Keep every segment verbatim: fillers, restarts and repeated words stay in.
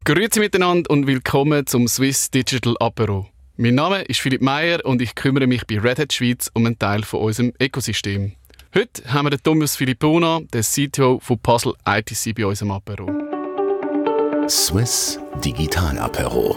Grüezi miteinander und willkommen zum Swiss Digital Apero. Mein Name ist Philipp Meyer und ich kümmere mich bei Red Hat Schweiz um einen Teil von unserem Ökosystem. Heute haben wir den Thomas Filippona, den C T O von Puzzle I T C, bei uns im Apero. Swiss Digital Apero.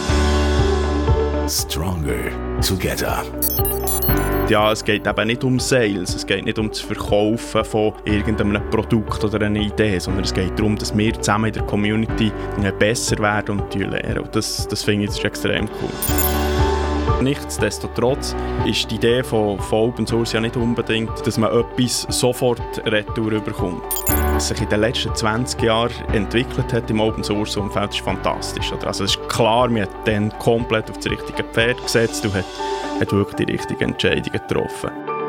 Stronger together. Ja, es geht eben nicht um Sales, es geht nicht um das Verkaufen von irgendeinem Produkt oder einer Idee, sondern es geht darum, dass wir zusammen in der Community besser werden und lernen. Und das, das finde ich das ist extrem cool. Nichtsdestotrotz ist die Idee von, von Open Source ja nicht unbedingt, dass man etwas sofort retour bekommt. Was sich in den letzten zwanzig Jahren entwickelt hat im Open Source Umfeld, ist fantastisch. Also es ist klar, man hat dann komplett auf das richtige Pferd gesetzt und hat, hat wirklich die richtigen Entscheidungen getroffen.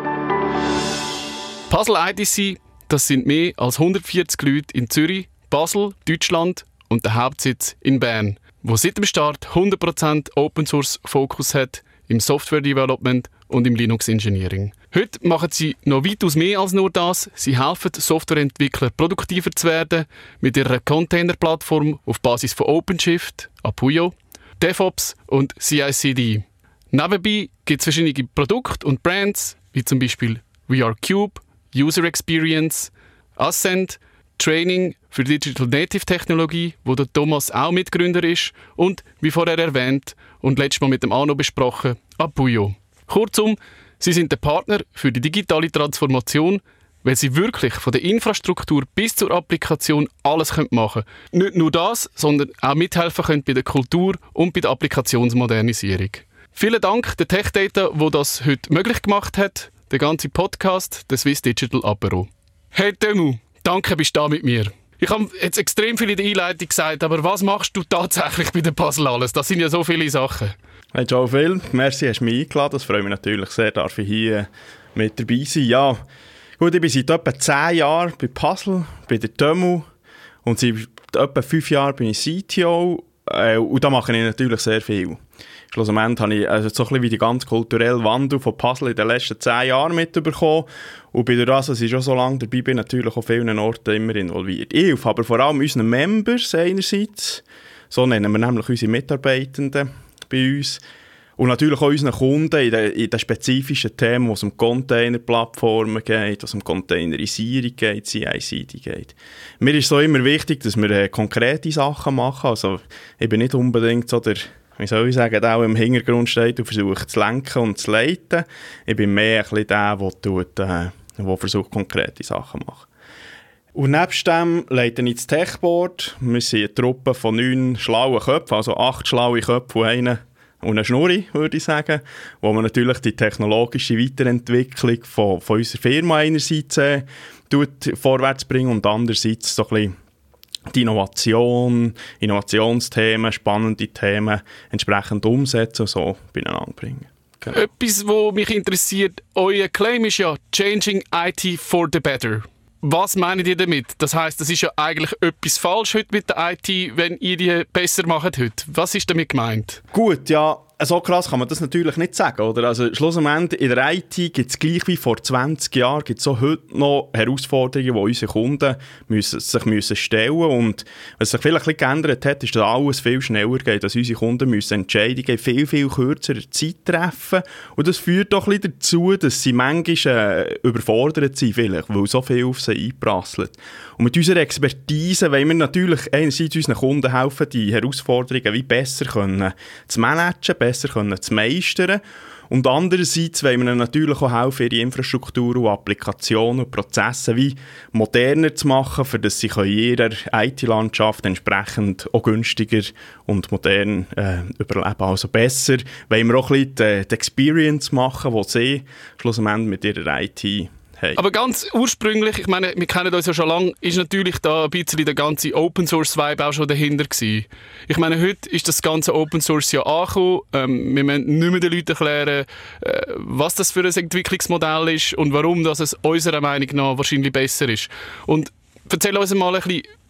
Puzzle I T C, das sind mehr als hundertvierzig Leute in Zürich, Basel, Deutschland und der Hauptsitz in Bern, wo seit dem Start hundert Prozent Open Source Fokus hat im Software Development und im Linux Engineering. Heute machen sie noch weitaus mehr als nur das. Sie helfen Softwareentwicklern produktiver zu werden mit ihrer Container-Plattform auf Basis von OpenShift, Apuyo, DevOps und C I C D. Nebenbei gibt es verschiedene Produkte und Brands, wie zum Beispiel We Are Cube, User Experience, Ascent, Training für Digital Native Technologie, wo der Thomas auch Mitgründer ist, und, wie vorher erwähnt und letztes Mal mit dem Arno besprochen, Apuyo. Kurzum, sie sind der Partner für die digitale Transformation, weil sie wirklich von der Infrastruktur bis zur Applikation alles machen können. Nicht nur das, sondern auch mithelfen können bei der Kultur und bei der Applikationsmodernisierung. Vielen Dank der TechData, wo das heute möglich gemacht hat, der ganze Podcast, der Swiss Digital Apero. Hey Temu, danke, bist du da mit mir. Ich habe jetzt extrem viel in der Einleitung gesagt, aber was machst du tatsächlich bei den Puzzle alles? Das sind ja so viele Sachen. Hey Joe Phil, merci, hast du mich eingeladen. Das freut mich natürlich sehr, darf ich hier mit dabei sein. Ja, gut, ich bin seit etwa zehn Jahren bei Puzzle, bei der Temu, und seit etwa fünf Jahren bin ich C T O, äh, und da mache ich natürlich sehr viel. Schlussendlich habe ich also so ein bisschen wie die ganz kulturelle Wandel von Puzzle in den letzten zehn Jahren mitbekommen. Und bei der das, dass ich schon so lange dabei bin, natürlich auf vielen Orten immer involviert. Ich helfe aber vor allem unseren Members einerseits, so nennen wir nämlich unsere Mitarbeitenden bei uns, und natürlich auch unseren Kunden in den, in den spezifischen Themen, wo es um Container-Plattformen geht, wo es um Containerisierung geht, C I C D geht. Mir ist so immer wichtig, dass wir äh, konkrete Sachen machen. Also ich bin nicht unbedingt so der, wie soll ich sagen, der, der im Hintergrund steht und versucht zu lenken und zu leiten. Ich bin mehr ein bisschen der, der, tut, äh, der versucht, konkrete Sachen zu machen. Und nebst dem leite ich das Techboard. Wir sind eine Truppe von neun schlauen Köpfen, also acht schlaue Köpfe und einen und eine Schnurri, würde ich sagen, wo man natürlich die technologische Weiterentwicklung von, von unserer Firma einerseits äh, tut, vorwärts bringen und andererseits so ein bisschen die Innovation, Innovationsthemen, spannende Themen entsprechend umsetzen und so beieinander bringen. Genau. Etwas, was mich interessiert, euer Claim ist ja «Changing I T for the better». Was meint ihr damit? Das heisst, es ist ja eigentlich etwas falsch heute mit der I T, wenn ihr die besser macht heute. Was ist damit gemeint? Gut, ja, so krass kann man das natürlich nicht sagen, oder? Also schlussendlich in der I T gibt es gleich wie vor zwanzig Jahren gibt es auch heute noch Herausforderungen, die unsere Kunden müssen, sich müssen stellen müssen. Und was sich vielleicht ein bisschen geändert hat, ist, dass alles viel schneller geht, dass unsere Kunden müssen Entscheidungen viel, viel kürzerer Zeit treffen. Und das führt doch ein bisschen dazu, dass sie manchmal äh, überfordert sind, vielleicht, weil so viel auf sie einprasselt. Und mit unserer Expertise wollen wir natürlich einerseits unseren Kunden helfen, die Herausforderungen wie besser können zu managen, besser können zu meistern. Und andererseits wollen wir ihnen natürlich auch helfen, ihre Infrastruktur und Applikationen und Prozesse wie moderner zu machen, für dass sie in ihrer I T-Landschaft entsprechend auch günstiger und modern äh, überleben. Also besser wollen wir auch ein bisschen die, die Experience machen, die sie schlussendlich mit ihrer I T Hey. Aber ganz ursprünglich, ich meine, wir kennen uns ja schon lange, ist natürlich da ein bisschen der ganze Open-Source-Vibe auch schon dahinter gewesen. Ich meine, heute ist das ganze Open-Source ja angekommen. Ähm, wir müssen nicht mehr den Leuten erklären, äh, was das für ein Entwicklungsmodell ist und warum das es unserer Meinung nach wahrscheinlich besser ist. Und erzähl uns mal ein bisschen,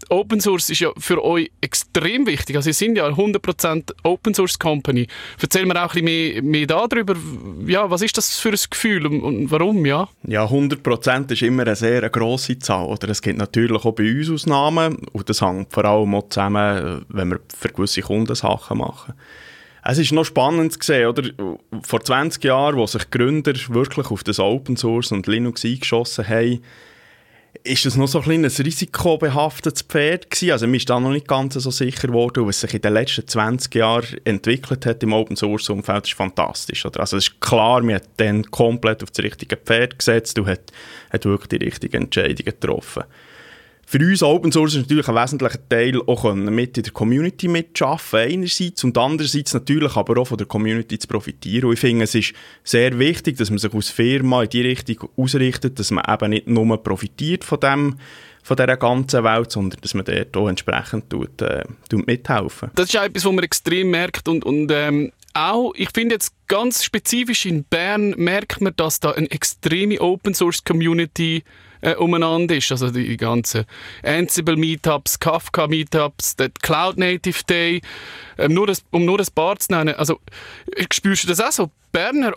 Open Source ist ja für euch extrem wichtig. Also ihr seid ja eine hundert Prozent Open Source Company. Erzähl mir auch ein bisschen mehr, mehr darüber. Ja, was ist das für ein Gefühl und, und warum? Ja, ja hundert Prozent ist immer eine sehr grosse Zahl. Oder? Es gibt natürlich auch bei uns Ausnahmen. Und das hängt vor allem auch zusammen, wenn wir für gewisse Kunden Sachen machen. Es ist noch spannend zu sehen, oder? Vor zwanzig Jahren, wo sich Gründer wirklich auf das Open Source und Linux eingeschossen haben, ist das noch so ein kleines risikobehaftetes Pferd gewesen. Also mir ist da noch nicht ganz so sicher geworden, was sich in den letzten zwanzig Jahren entwickelt hat im Open Source Umfeld, ist fantastisch. Oder? Also es ist klar, man hat dann komplett auf das richtige Pferd gesetzt und hat, hat wirklich die richtigen Entscheidungen getroffen. Für uns Open Source ist natürlich ein wesentlicher Teil auch mit in der Community mitarbeiten, einerseits, und andererseits natürlich aber auch von der Community zu profitieren. Und ich finde, es ist sehr wichtig, dass man sich als Firma in die Richtung ausrichtet, dass man eben nicht nur profitiert von dem, von dieser ganzen Welt, sondern dass man dort auch entsprechend tut, äh, tut mithelfen. Das ist auch etwas, was man extrem merkt und, und ähm auch, ich finde jetzt ganz spezifisch in Bern merkt man, dass da eine extreme Open-Source-Community äh, umeinander ist. Also die ganzen Ansible-Meetups, Kafka-Meetups, der Cloud-Native Day, ähm, nur das, um nur ein paar zu nennen. Also spürst du das auch so? Berner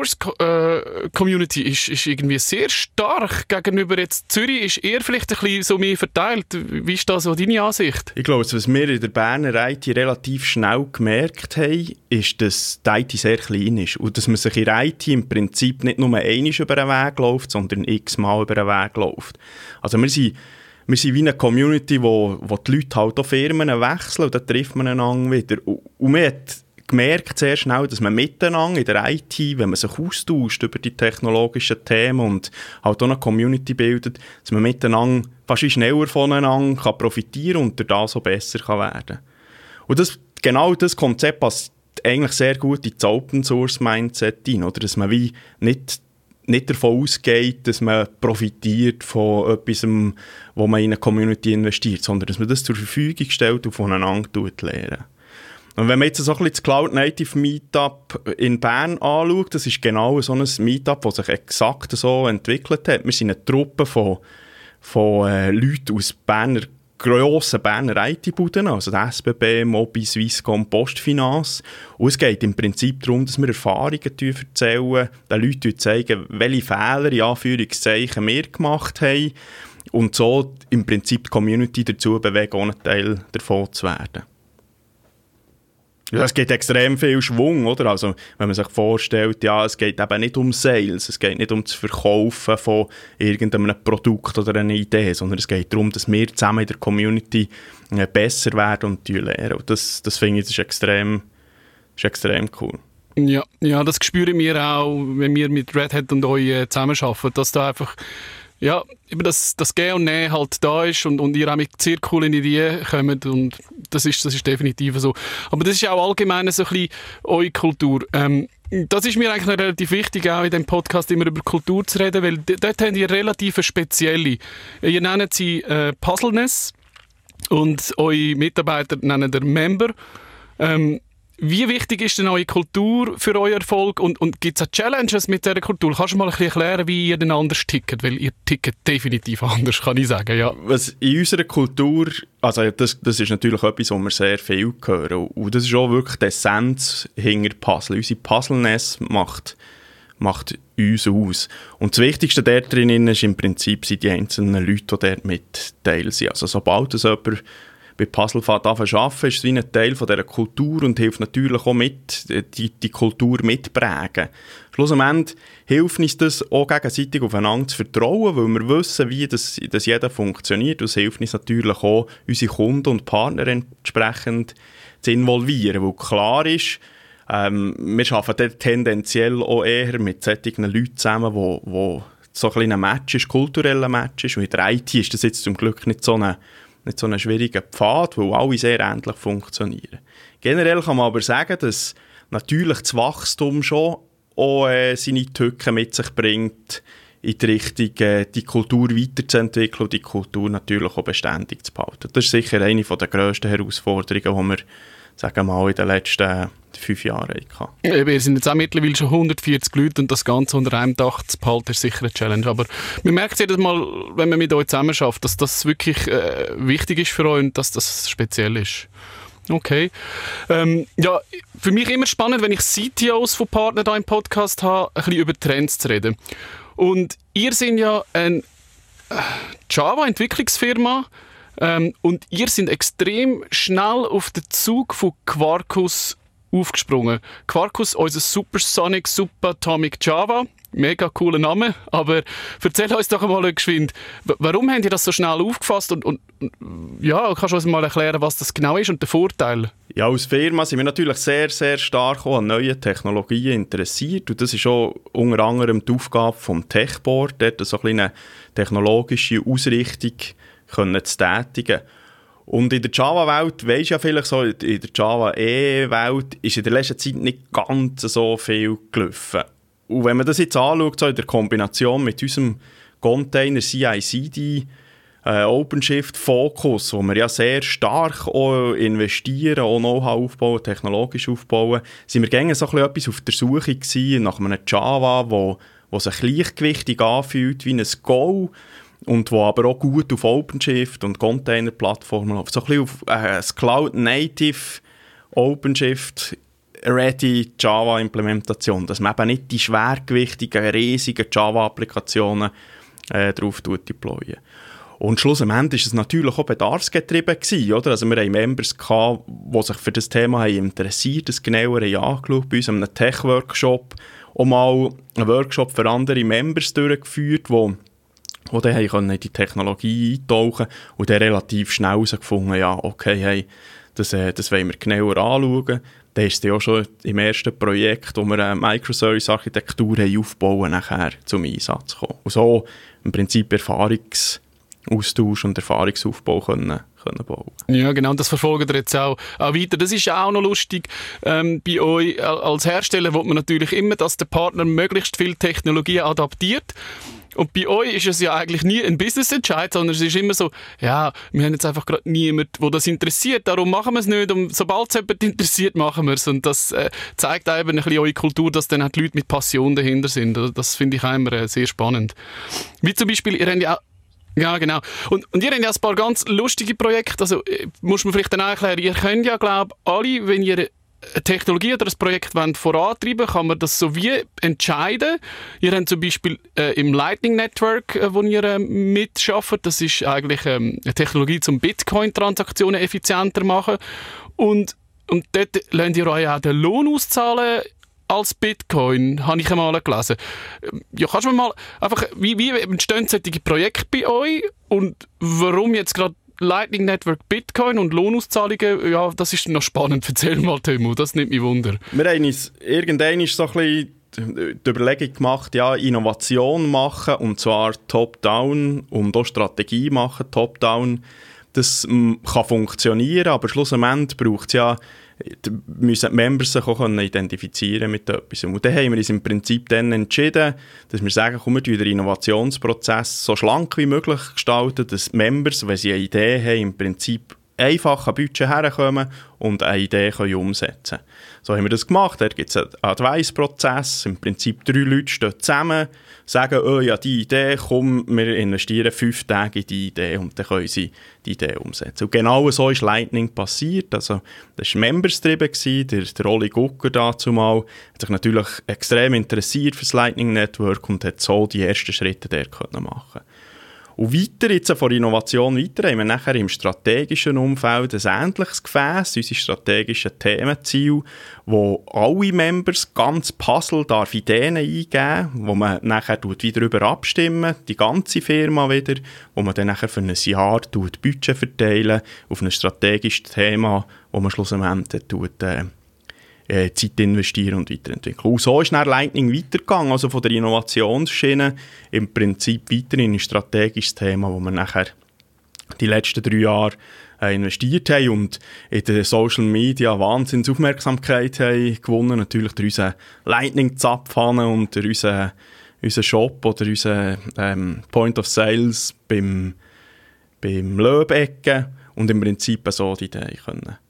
Open-Source-Community ist, ist irgendwie sehr stark gegenüber jetzt Zürich, ist eher vielleicht ein bisschen so mehr verteilt. Wie ist da so deine Ansicht? Ich glaube, was wir in der Berner I T relativ schnell gemerkt haben, ist, dass die I T sehr klein ist und dass man sich in der I T im Prinzip nicht nur einmal über den Weg läuft, sondern x-mal über den Weg läuft. Also wir sind, wir sind wie eine Community, wo, wo die Leute halt auch Firmen wechseln und dann trifft man einander wieder. Und, und man hat gemerkt sehr schnell, dass man miteinander in der I T, wenn man sich austauscht über die technologischen Themen und halt auch eine Community bildet, dass man miteinander fast schneller voneinander kann profitieren und durch das so besser kann werden. Und das, genau das Konzept passt eigentlich sehr gut in das Open Source Mindset hinein, oder? Dass man wie nicht, nicht davon ausgeht, dass man profitiert von etwas, wo man in eine Community investiert, sondern dass man das zur Verfügung stellt und voneinander lernen. Und wenn man jetzt so ein bisschen das Cloud Native Meetup in Bern anschaut, das ist genau so ein Meetup, das sich exakt so entwickelt hat. Wir sind eine Truppe von, von äh, Leuten aus Berner, grossen Berner I T-Buden, also der S B B, Mobi, Swisscom, Postfinance. Und es geht im Prinzip darum, dass wir Erfahrungen erzählen, den Leuten zeigen, welche Fehler in Anführungszeichen wir gemacht haben und so im Prinzip die Community dazu bewegen, auch ein Teil davon zu werden. Ja, es gibt extrem viel Schwung, oder? Also, wenn man sich vorstellt, ja, es geht eben nicht um Sales, es geht nicht um das Verkaufen von irgendeinem Produkt oder einer Idee, sondern es geht darum, dass wir zusammen in der Community besser werden und lernen. Und das, das finde ich, das ist extrem, ist extrem cool. Ja, ja, das spüren wir auch, wenn wir mit Red Hat und euch äh, zusammenarbeiten, dass da einfach ja, eben das, das Gehen und Nehmen halt da ist und, und ihr auch mit sehr coolen Ideen kommt und das ist, das ist definitiv so. Aber das ist auch allgemein so ein bisschen eure Kultur. Ähm, das ist mir eigentlich noch relativ wichtig, auch in diesem Podcast immer über Kultur zu reden, weil d- dort habt ihr relativ spezielle. Ihr nennt sie äh, Puzzleness und eure Mitarbeiter nennen ihr Member. Ähm, Wie wichtig ist denn eure Kultur für euren Erfolg und, und gibt es auch Challenges mit dieser Kultur? Kannst du mal ein bisschen erklären, wie ihr denn anders tickt? Weil ihr tickt definitiv anders, kann ich sagen. Ja. Was in unserer Kultur, also das, das ist natürlich etwas, wo wir sehr viel hören. Und das ist auch wirklich die Essenz hinter Puzzle. Unsere Puzzleness macht, macht uns aus. Und das Wichtigste dort drin ist im Prinzip sind die einzelnen Leute, die dort mit Teil sind. Also sobald es jemand bei Puzzle arbeiten, ist es wie ein Teil von dieser Kultur und hilft natürlich auch mit, die, die Kultur mitprägen. Schlussendlich hilft uns das auch gegenseitig aufeinander zu vertrauen, weil wir wissen, wie das, das jeder funktioniert. Und es hilft uns natürlich auch, unsere Kunden und Partner entsprechend zu involvieren, weil klar ist, ähm, wir arbeiten tendenziell auch eher mit solchen Leuten zusammen, wo, wo so ein ein Match ist, kultureller Match ist. Und in der I T ist das jetzt zum Glück nicht so eine nicht so einen schwierigen Pfad, weil alle sehr ähnlich funktionieren. Generell kann man aber sagen, dass natürlich das Wachstum schon auch äh, seine Tücken mit sich bringt, in die Richtung, äh, die Kultur weiterzuentwickeln und die Kultur natürlich auch beständig zu behalten. Das ist sicher eine der grössten Herausforderungen, die wir sagen wir mal, in den letzten fünf Jahren hatten. Wir sind jetzt auch mittlerweile schon hundertvierzig Leute und das Ganze unter einem Dach zu behalten, ist sicher eine Challenge. Aber wir merken jedes Mal, wenn man mit euch zusammen schafft, dass das wirklich äh, wichtig ist für euch und dass das speziell ist. Okay. Ähm, ja, für mich immer spannend, wenn ich C T Os von Partnern hier im Podcast habe, ein bisschen über Trends zu reden. Und ihr seid ja eine Java-Entwicklungsfirma ähm, und ihr seid extrem schnell auf den Zug von Quarkus aufgesprungen. Quarkus, unser Supersonic Subatomic Java. Mega cooler Name, aber erzähl uns doch einmal geschwind, warum habt ihr das so schnell aufgefasst und, und ja, kannst du uns mal erklären, was das genau ist und der Vorteil? Ja, als Firma sind wir natürlich sehr, sehr stark auch an neuen Technologien interessiert und das ist auch unter anderem die Aufgabe vom Techboard, dort so eine technologische Ausrichtung können zu tätigen. Und in der Java-Welt, weisst du ja vielleicht so, in der Java-E-Welt ist in der letzten Zeit nicht ganz so viel gelaufen. Und wenn man das jetzt anschaut, so in der Kombination mit unserem Container C I C D äh, OpenShift-Fokus, wo wir ja sehr stark auch investieren, auch Know-how aufbauen, technologisch aufbauen, sind wir gerne so ein bisschen etwas auf der Suche gewesen nach einem Java, wo, wo sich gleichgewichtig anfühlt wie ein Go und wo aber auch gut auf OpenShift und Container-Plattformen läuft. So ein bisschen auf äh, das Cloud-Native OpenShift Ready Java-Implementation, dass man eben nicht die schwergewichtigen, riesigen Java-Applikationen äh, drauf deployen. Und schlussendlich war es natürlich auch bedarfsgetrieben gewesen, oder? Also wir hatten Members gehabt, die sich für das Thema haben interessiert, das genauer angeschaut, bei uns einem Tech-Workshop, auch mal einen Workshop für andere Members durchgeführt, wo wo dann in die Technologie eintauchen und dann relativ schnell herausgefunden, ja, okay, hey, das, äh, das wollen wir genauer anschauen. Dann ist es ja auch schon im ersten Projekt, wo wir eine Microservice-Architektur aufbauen, nachher zum Einsatz kommen. Und so im Prinzip Erfahrungsaustausch und Erfahrungsaufbau können, können bauen. Ja, genau, und das verfolgt ihr jetzt auch, auch weiter. Das ist auch noch lustig. Ähm, bei euch als Hersteller will man natürlich immer, dass der Partner möglichst viel Technologie adaptiert. Und bei euch ist es ja eigentlich nie ein Business-Entscheid, sondern es ist immer so, ja, wir haben jetzt einfach gerade niemanden, der das interessiert, darum machen wir es nicht. Und sobald es jemand interessiert, machen wir es. Und das äh, zeigt auch eben ein bisschen eure Kultur, dass dann auch die Leute mit Passion dahinter sind. Das finde ich auch immer äh, sehr spannend. Wie zum Beispiel, ihr habt ja auch Ja, genau. Und, und ihr habt ja ein paar ganz lustige Projekte. Also muss man vielleicht dann auch erklären, ihr könnt ja, glaube ich, alle, wenn ihr eine Technologie oder ein Projekt wollt vorantreiben wollt, kann man das so wie entscheiden. Ihr habt zum Beispiel äh, im Lightning Network, äh, wo ihr äh, mitarbeitet, das ist eigentlich ähm, eine Technologie, um Bitcoin-Transaktionen effizienter zu machen. Und, und dort lernt ihr euch auch den Lohn auszahlen als Bitcoin, habe ich einmal gelesen. Ja, kannst du mir mal einfach, wie, wie entstehen solche Projekte bei euch und warum jetzt gerade Lightning Network Bitcoin und Lohnauszahlungen, ja, das ist noch spannend. Erzähl mal, Timo, das nimmt mich Wunder. Wir haben uns irgendwann so ein bisschen die Überlegung gemacht, ja, Innovation machen, und zwar top-down, und auch Strategie machen, top-down. Das m, kann funktionieren, aber schlussendlich braucht es ja, müssen die Members sich auch identifizieren mit etwas. Und dann haben wir uns im Prinzip dann entschieden, dass wir sagen, komm, wir den Innovationsprozess so schlank wie möglich gestalten, dass die Members, wenn sie eine Idee haben, im Prinzip einfach an Budget herkommen und eine Idee können umsetzen können. So haben wir das gemacht. Da gibt es einen Advice-Prozess. Im Prinzip drei Leute stehen zusammen, sagen, oh ja, die Idee, komm, wir investieren fünf Tage in die Idee und dann können sie die Idee umsetzen. Und genau so ist Lightning passiert. Also, das war Members-Trieben. Der, der Oli Gucker dazu mal hat sich natürlich extrem interessiert für das Lightning Network und hat so die ersten Schritte dort können machen. Und weiter, jetzt von Innovation weiter, haben wir nachher im strategischen Umfeld ein ähnliches Gefäß, unsere strategischen Themenziele, wo alle Members ganz Puzzle darf Ideen eingeben, wo man nachher wieder darüber abstimmen, die ganze Firma wieder, wo man dann nachher für ein Jahr Budget verteilen auf ein strategisches Thema, wo man schlussendlich tut, äh, Zeit investieren und weiterentwickeln. Und so ist dann Lightning weitergegangen, also von der Innovationsschiene im Prinzip weiter in ein strategisches Thema, wo wir nachher die letzten drei Jahre äh, investiert haben und in den Social Media wahnsinns Aufmerksamkeit haben gewonnen, natürlich durch unseren Lightning-Zapfhahn und durch unseren, unseren Shop oder unseren ähm, Point of Sales beim, beim Löbecken und im Prinzip so die Idee können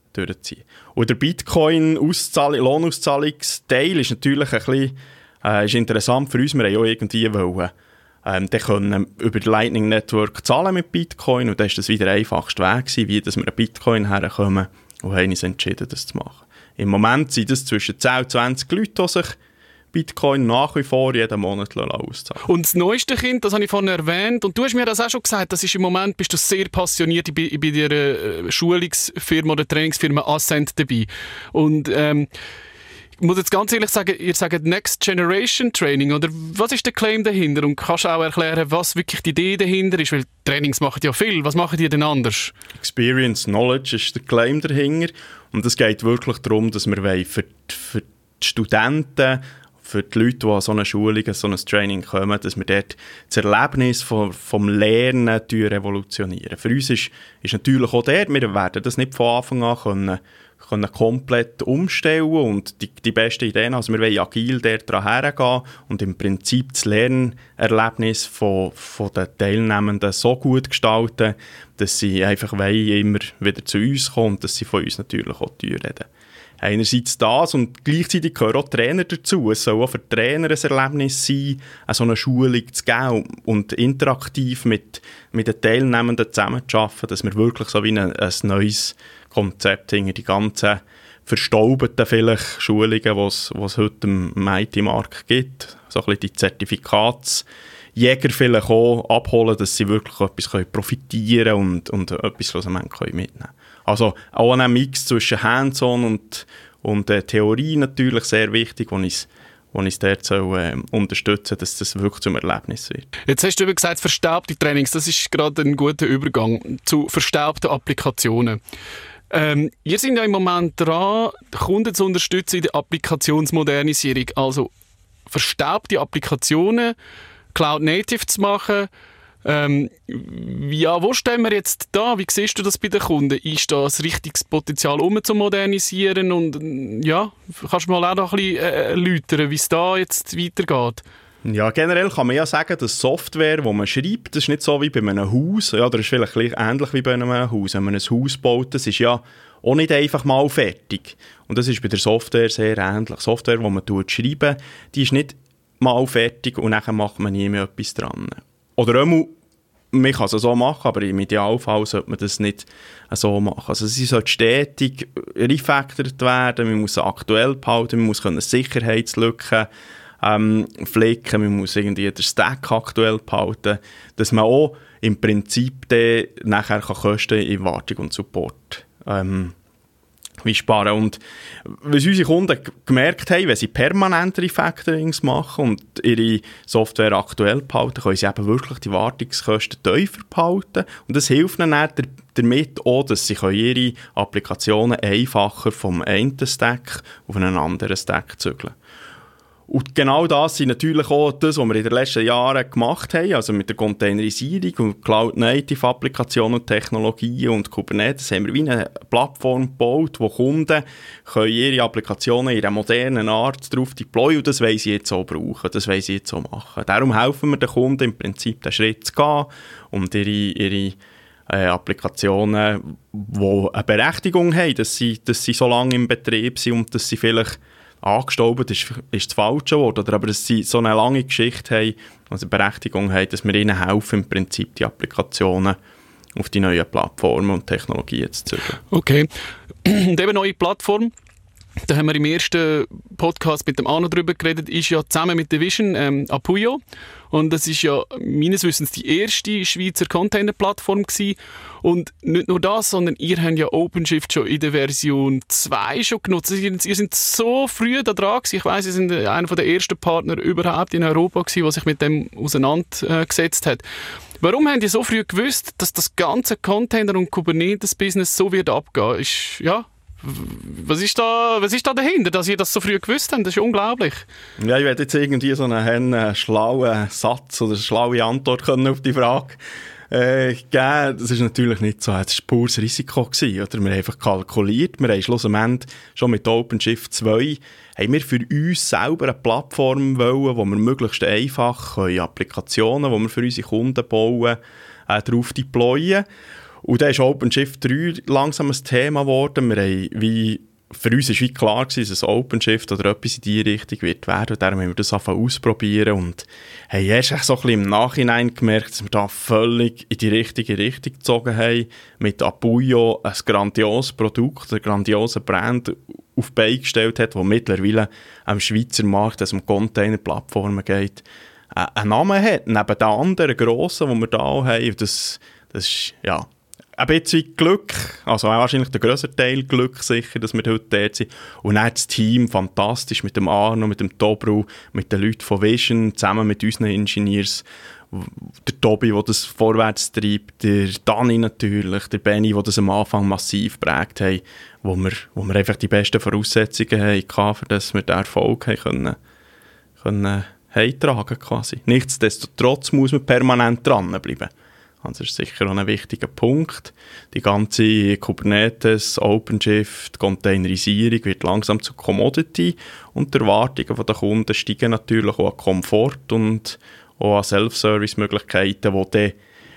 durchziehen. Und der Bitcoin-Auszahlung, Lohnauszahlungsteil ist natürlich ein bisschen äh, ist interessant für uns. Wir haben auch irgendwie wollen, ähm, dann können über die Lightning Network zahlen mit Bitcoin und dann ist das wieder der einfachste Weg gewesen, wie dass wir an Bitcoin herkommen und haben uns entschieden, das zu machen. Im Moment sind es zwischen zehn und zwanzig Leute, die sich Bitcoin nach wie vor jeden Monat auszahlen. Und das neueste Kind, das habe ich vorhin erwähnt, und du hast mir das auch schon gesagt, das ist im Moment, bist du sehr passioniert bei, bei der äh, Schulungsfirma oder Trainingsfirma Ascent dabei. Und ähm, ich muss jetzt ganz ehrlich sagen, ihr sagt Next Generation Training, oder was ist der Claim dahinter? Und kannst du auch erklären, was wirklich die Idee dahinter ist? Weil Trainings machen ja viel. Was machen die denn anders? Experience, Knowledge ist der Claim dahinter. Und es geht wirklich darum, dass wir für die, für die Studenten, für die Leute, die an so eine Schulung, an so ein Training kommen, dass wir dort das Erlebnis vom, vom Lernen revolutionieren. Für uns ist, ist natürlich auch dort, wir werden das nicht von Anfang an können, können komplett umstellen und die, die besten Ideen, also wir wollen agil dort dran hergehen und im Prinzip das Lernerlebnis von, von den Teilnehmenden so gut gestalten, dass sie einfach wollen, immer wieder zu uns kommen und dass sie von uns natürlich auch teuer reden. Einerseits das und gleichzeitig gehören auch Trainer dazu. Es soll auch für Trainer ein Erlebnis sein, so eine Schulung zu geben und interaktiv mit, mit den Teilnehmenden zusammenzuarbeiten, dass wir wirklich so wie ein, ein neues Konzept hinter die ganzen verstaubten vielleicht Schulungen, die es heute im I T-Markt gibt, so ein bisschen die Zertifikatsjäger vielleicht auch abholen, dass sie wirklich etwas können profitieren und, und etwas schlussendlich mitnehmen können. Also auch ein Mix zwischen Hands-on und, und äh, Theorie natürlich sehr wichtig, wo uns wo uns dort soll, äh, unterstützen soll, dass das wirklich zum Erlebnis wird. Jetzt hast du eben gesagt, verstaubte Trainings, das ist gerade ein guter Übergang zu verstaubten Applikationen. Ähm, ihr seid ja im Moment dran, Kunden zu unterstützen in der Applikationsmodernisierung, also verstaubte Applikationen Cloud Native zu machen. Ähm, ja, wo stehen wir jetzt da? Wie siehst du das bei den Kunden? Ist da ein richtiges Potenzial, um zu modernisieren? Und ja, kannst du mal auch noch ein bisschen äh, erläutern, wie es da jetzt weitergeht? Ja, generell kann man ja sagen, dass Software, die man schreibt, das ist nicht so wie bei einem Haus, ja, das ist vielleicht ähnlich wie bei einem Haus. Wenn man ein Haus baut, das ist ja auch nicht einfach mal fertig. Und das ist bei der Software sehr ähnlich. Software, die man schreibt, die ist nicht mal fertig und dann macht man nie mehr etwas dran. Oder einmal, man kann es so machen, aber im Idealfall sollte man das nicht so machen. Also sie sollte stetig refactored werden, man muss sie aktuell behalten, man muss Sicherheitslücken ähm, flicken, man muss irgendwie den Stack aktuell behalten, dass man auch im Prinzip dann nachher Kosten in Wartung und Support ähm, wie sparen. Und was unsere Kunden gemerkt haben, wenn sie permanent Refactorings machen und ihre Software aktuell behalten, können sie eben wirklich die Wartungskosten tiefer behalten. Und das hilft ihnen dann damit auch, dass sie ihre Applikationen einfacher vom einen Stack auf einen anderen Stack zügeln. Und genau das sind natürlich auch das, was wir in den letzten Jahren gemacht haben, also mit der Containerisierung und Cloud-Native-Applikationen und Technologien und Kubernetes haben wir wie eine Plattform gebaut, wo Kunden können ihre Applikationen in einer modernen Art darauf deployen und das wollen sie jetzt auch brauchen, das wollen sie jetzt auch machen. Darum helfen wir den Kunden im Prinzip, den Schritt zu gehen und ihre, ihre äh, Applikationen, die eine Berechtigung haben, dass sie, dass sie so lange im Betrieb sind und dass sie vielleicht angestaubt ist, ist das falsche Wort, oder aber dass sie so eine lange Geschichte haben, also eine Berechtigung haben, dass wir ihnen helfen, im Prinzip die Applikationen auf die neuen Plattformen und Technologien zu zügeln. Okay. Und eben neue Plattform, da haben wir im ersten Podcast mit dem Arno drüber geredet, ist ja zusammen mit der Vision ähm, Apuyo. Und das ist ja meines Wissens die erste Schweizer Container-Plattform gewesen. Und nicht nur das, sondern ihr habt ja OpenShift schon in der Version zwei schon genutzt. Ihr, ihr seid so früh da dran gewesen. Ich weiss, ihr seid einer der ersten Partner überhaupt in Europa gewesen, der sich mit dem auseinandergesetzt hat. Warum habt ihr so früh gewusst, dass das ganze Container- und Kubernetes-Business so wird abgehen? Ist, ja... Was ist, da, was ist da dahinter, dass ihr das so früh gewusst habt? Das ist unglaublich. Ja, ich werde jetzt irgendwie so einen, einen schlauen Satz oder eine schlaue Antwort können auf die Frage äh, geben. Das ist natürlich nicht so. Es war pures Risiko gewesen, oder? Wir haben einfach kalkuliert. Wir haben schlussendlich schon mit OpenShift zwei haben wir für uns selber eine Plattform wollen, wo wir möglichst einfach Applikationen, die wir für unsere Kunden bauen, äh, darauf deployen. Und dann ist OpenShift drei langsam ein Thema geworden. Wir haben wie, für uns war wie klar gewesen, dass ein OpenShift oder etwas in diese Richtung wird werden. Und darum haben wir das angefangen ausprobieren und haben erst so ein bisschen im Nachhinein gemerkt, dass wir da völlig in die richtige Richtung gezogen haben. Mit Apuio ein grandioses Produkt, ein grandioses Brand auf die Beine gestellt hat, das mittlerweile am Schweizer Markt, also um Container-Plattformen geht, einen Namen hat, neben den anderen grossen, die wir da haben. Das, das ist, ja, ein bisschen Glück, also wahrscheinlich der grösste Teil Glück sicher, dass wir heute dort sind. Und dann das Team, fantastisch, mit dem Arno, mit dem Tobru, mit den Leuten von Vision, zusammen mit unseren Ingenieurs, der Tobi, der das vorwärts treibt, der Dani natürlich, der Benni, der das am Anfang massiv geprägt hat, wo wir, wo wir einfach die besten Voraussetzungen hatten, für dass wir den Erfolg haben können, können heimtragen quasi. Nichtsdestotrotz muss man permanent dranbleiben. Also das ist sicher auch ein wichtiger Punkt. Die ganze Kubernetes, OpenShift, Containerisierung wird langsam zu Commodity und die Erwartungen der Kunden steigen natürlich auch an Komfort und auch an Self-Service-Möglichkeiten, wo dann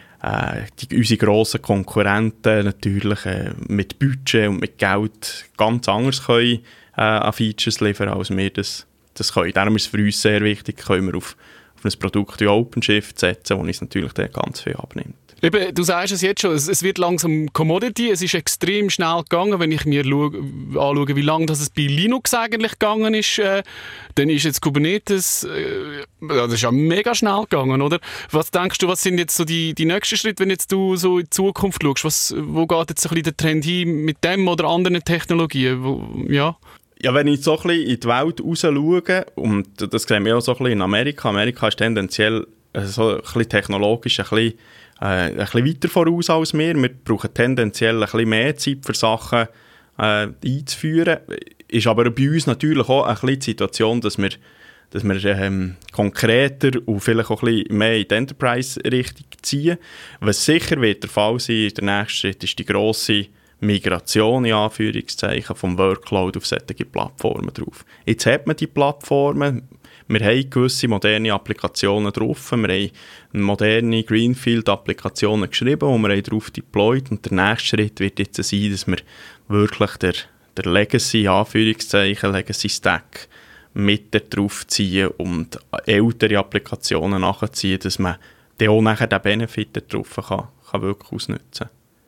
äh, die, unsere grossen Konkurrenten natürlich äh, mit Budget und mit Geld ganz anders können, äh, an Features liefern, als wir das, das können. Darum ist es für uns sehr wichtig, können wir auf auf ein Produkt wie OpenShift setzen, wo uns natürlich dann ganz viel abnimmt. Eben, du sagst es jetzt schon, es, es wird langsam Commodity, es ist extrem schnell gegangen, wenn ich mir schaue, anschaue, wie lange das es bei Linux eigentlich gegangen ist, äh, dann ist jetzt Kubernetes, äh, das ist ja mega schnell gegangen, oder? Was denkst du, was sind jetzt so die, die nächsten Schritte, wenn jetzt du so in die Zukunft schaust? Was, wo geht jetzt so ein bisschen der Trend hin mit dem oder anderen Technologien? Wo, ja? Ja, wenn ich so ein bisschen in die Welt raus schaue, und das sehen wir auch so ein bisschen in Amerika, Amerika ist tendenziell so ein bisschen technologisch ein bisschen, äh, ein bisschen weiter voraus als wir. Wir brauchen tendenziell ein bisschen mehr Zeit für Sachen äh, einzuführen. Ist aber bei uns natürlich auch ein bisschen die Situation, dass wir, dass wir ähm, konkreter und vielleicht auch ein bisschen mehr in die Enterprise-Richtung ziehen. Was sicher wird der Fall sein, der nächste Schritt ist die grosse Migration, in Anführungszeichen, vom Workload auf solche Plattformen drauf. Jetzt hat man die Plattformen, wir haben gewisse moderne Applikationen drauf, wir haben moderne Greenfield-Applikationen geschrieben, die wir drauf deployed, und der nächste Schritt wird jetzt sein, dass wir wirklich der, der Legacy, in Anführungszeichen, Legacy-Stack mit drauf ziehen und ältere Applikationen nachziehen, dass man dann auch nachher den Benefit drauf kann, kann wirklich ausnutzen kann.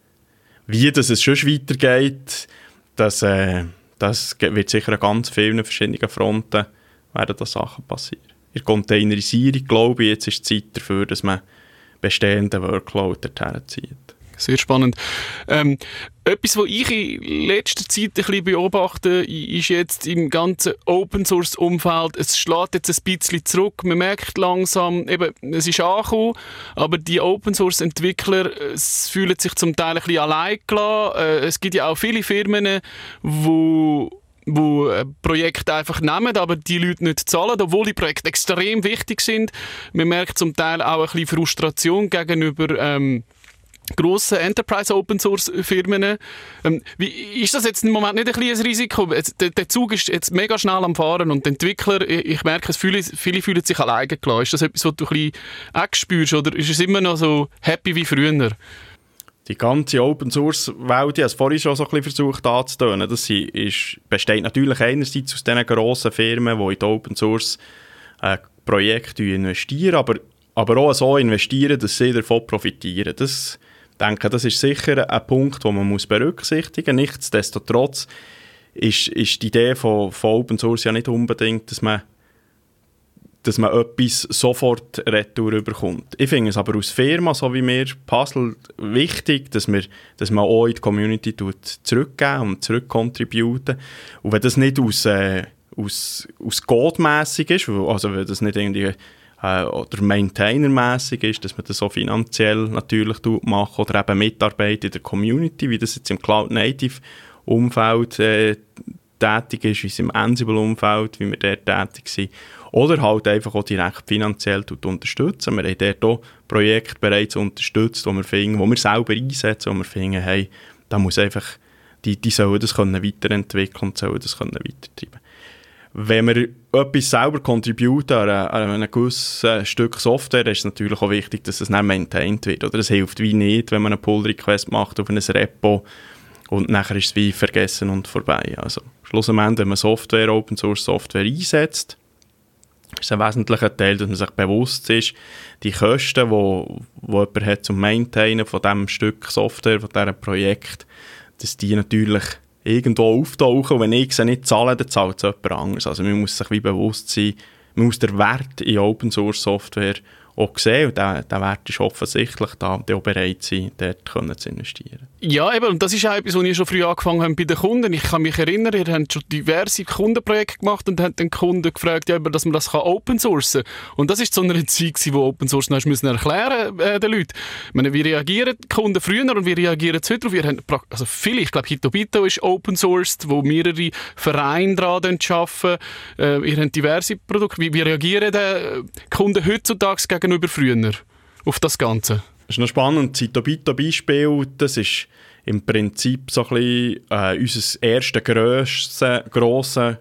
Wie das es schon weitergeht, das, äh, das wird sicher an ganz vielen verschiedenen Fronten werden da Sachen passieren. In der Containerisierung, glaube ich, jetzt ist die Zeit dafür, dass man bestehenden Workload dorthin zieht. Sehr spannend. Ähm, etwas, was ich in letzter Zeit ein bisschen beobachte, ist jetzt im ganzen Open-Source-Umfeld, es schlägt jetzt ein bisschen zurück. Man merkt langsam, eben, es ist angekommen, aber die Open-Source-Entwickler fühlen sich zum Teil ein bisschen allein gelassen. Äh, es gibt ja auch viele Firmen, die wo Projekte einfach nehmen, aber die Leute nicht zahlen, obwohl die Projekte extrem wichtig sind. Man merkt zum Teil auch ein bisschen Frustration gegenüber ähm, grossen Enterprise-Open-Source-Firmen. Ähm, wie, ist das jetzt im Moment nicht ein bisschen ein Risiko? Jetzt, der, der Zug ist jetzt mega schnell am Fahren und die Entwickler, ich, ich merke, es viele, viele fühlen sich alleine gelassen. Ist das etwas, was du ein bisschen auch spürst, oder ist es immer noch so happy wie früher? Die ganze Open-Source-Welt, ich habe es vorhin schon so ein bisschen versucht anzutönen, das ist, besteht natürlich einerseits aus diesen grossen Firmen, die in die Open-Source-Projekte investieren, aber, aber auch so investieren, dass sie davon profitieren. Das, ich denke, das ist sicher ein Punkt, den man muss berücksichtigen muss. Nichtsdestotrotz ist, ist die Idee von, von Open-Source ja nicht unbedingt, dass man dass man etwas sofort retour bekommt. Ich finde es aber als Firma, so wie wir Puzzle, wichtig, dass, wir, dass man auch in die Community zurückgeben und zurückcontributen. Und wenn das nicht aus, äh, aus, aus Code-mässig ist, also wenn das nicht irgendwie äh, oder Maintainer-mässig ist, dass man das so finanziell natürlich macht oder eben Mitarbeit in der Community, wie das jetzt im Cloud-Native-Umfeld äh, tätig ist, wie es im Ansible-Umfeld, wie wir dort tätig sind. Oder halt einfach auch direkt finanziell unterstützen. Wir haben dort auch Projekte bereits unterstützt, wo wir, finden, wo wir selber einsetzen, wo wir finden, hey, da muss einfach, die, die sollen das können weiterentwickeln und sollen das können weitertreiben. wenn wir etwas selber contributen an, an einem gewissen Stück Software, ist es natürlich auch wichtig, dass es nicht maintained wird. Oder es hilft wie nicht, wenn man einen Pull-Request macht auf ein Repo und nachher ist es wie vergessen und vorbei. Also schlussendlich, wenn man Software, Open-Source-Software einsetzt, ist ein wesentlicher Teil, dass man sich bewusst ist, die Kosten, die wo, wo jemand hat zum Maintainen von diesem Stück Software, von diesem Projekt, dass die natürlich irgendwo auftauchen. Und wenn ich sie nicht zahle, dann zahlt es jemand anderes. Also man muss sich wie bewusst sein, man muss den Wert in Open-Source-Software auch sehen. Und der, der Wert ist offensichtlich da, die auch bereit sind, dort können zu investieren. Ja, eben, und das ist auch etwas, was ich schon früh angefangen habe bei den Kunden. Ich kann mich erinnern, ihr habt schon diverse Kundenprojekte gemacht und habt den Kunden gefragt, ja, dass man das kann open sourcen kann. Und das ist so eine Zeit, wo Open Source hast müssen erklären äh, den Leuten. Ich meine, wie reagieren die Kunden früher und wie reagieren sie heute? Wir haben also viele, ich glaube, Hitobito ist open sourced, wo mehrere Vereine daran arbeiten. Äh, ihr habt diverse Produkte. Wie, wie reagieren die Kunden heutzutage gegenüber früher auf das Ganze? Das ist noch spannend. Das Hitobito-Beispiel, das ist im Prinzip so ein bisschen äh, unser erstes grosses, grosses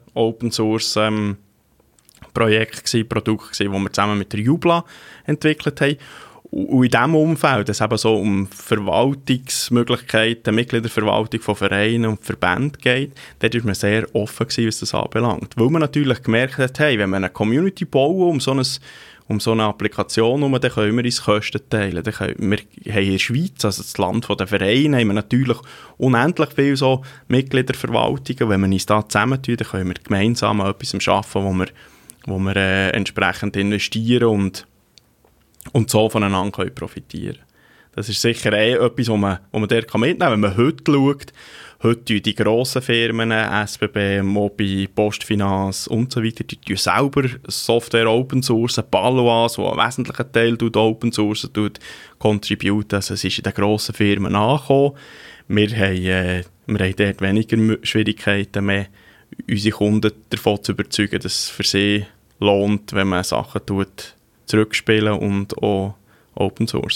Open-Source-Projekt gewesen, Produkt gewesen, das wir zusammen mit der Jubla entwickelt haben. Und in diesem Umfeld, es eben so um Verwaltungsmöglichkeiten, Mitgliederverwaltung von Vereinen und Verbänden geht, dort war man sehr offen gewesen, was das anbelangt. Weil man natürlich gemerkt hat, hey, wenn wir eine Community bauen um so, ein, um so eine Applikation herum, dann können wir uns Kosten teilen. Dann können, wir haben in der Schweiz, also das Land der Vereine, haben wir natürlich unendlich viele so Mitgliederverwaltungen. Wenn wir uns da zusammentun, dann können wir gemeinsam an etwas schaffen, wo wir, wo wir äh, entsprechend investieren und und so voneinander können profitieren. Das ist sicher eh etwas, was man, was man dort mitnehmen kann. Wenn man heute schaut, heute tun die grossen Firmen, S B B, Mobi, Postfinance und so weiter, die tun selber Software Open Source, Paloas, wo einen wesentlichen Teil tut Open Source tut, contribute. Also es ist in den grossen Firmen angekommen. Wir haben, äh, wir haben dort weniger Schwierigkeiten mehr, unsere Kunden davon zu überzeugen, dass es für sie lohnt, wenn man Sachen tut, zurückspielen und auch Open Source.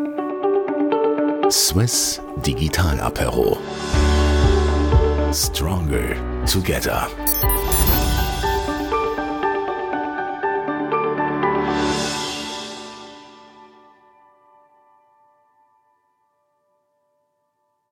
Swiss Digital Apero. Stronger together.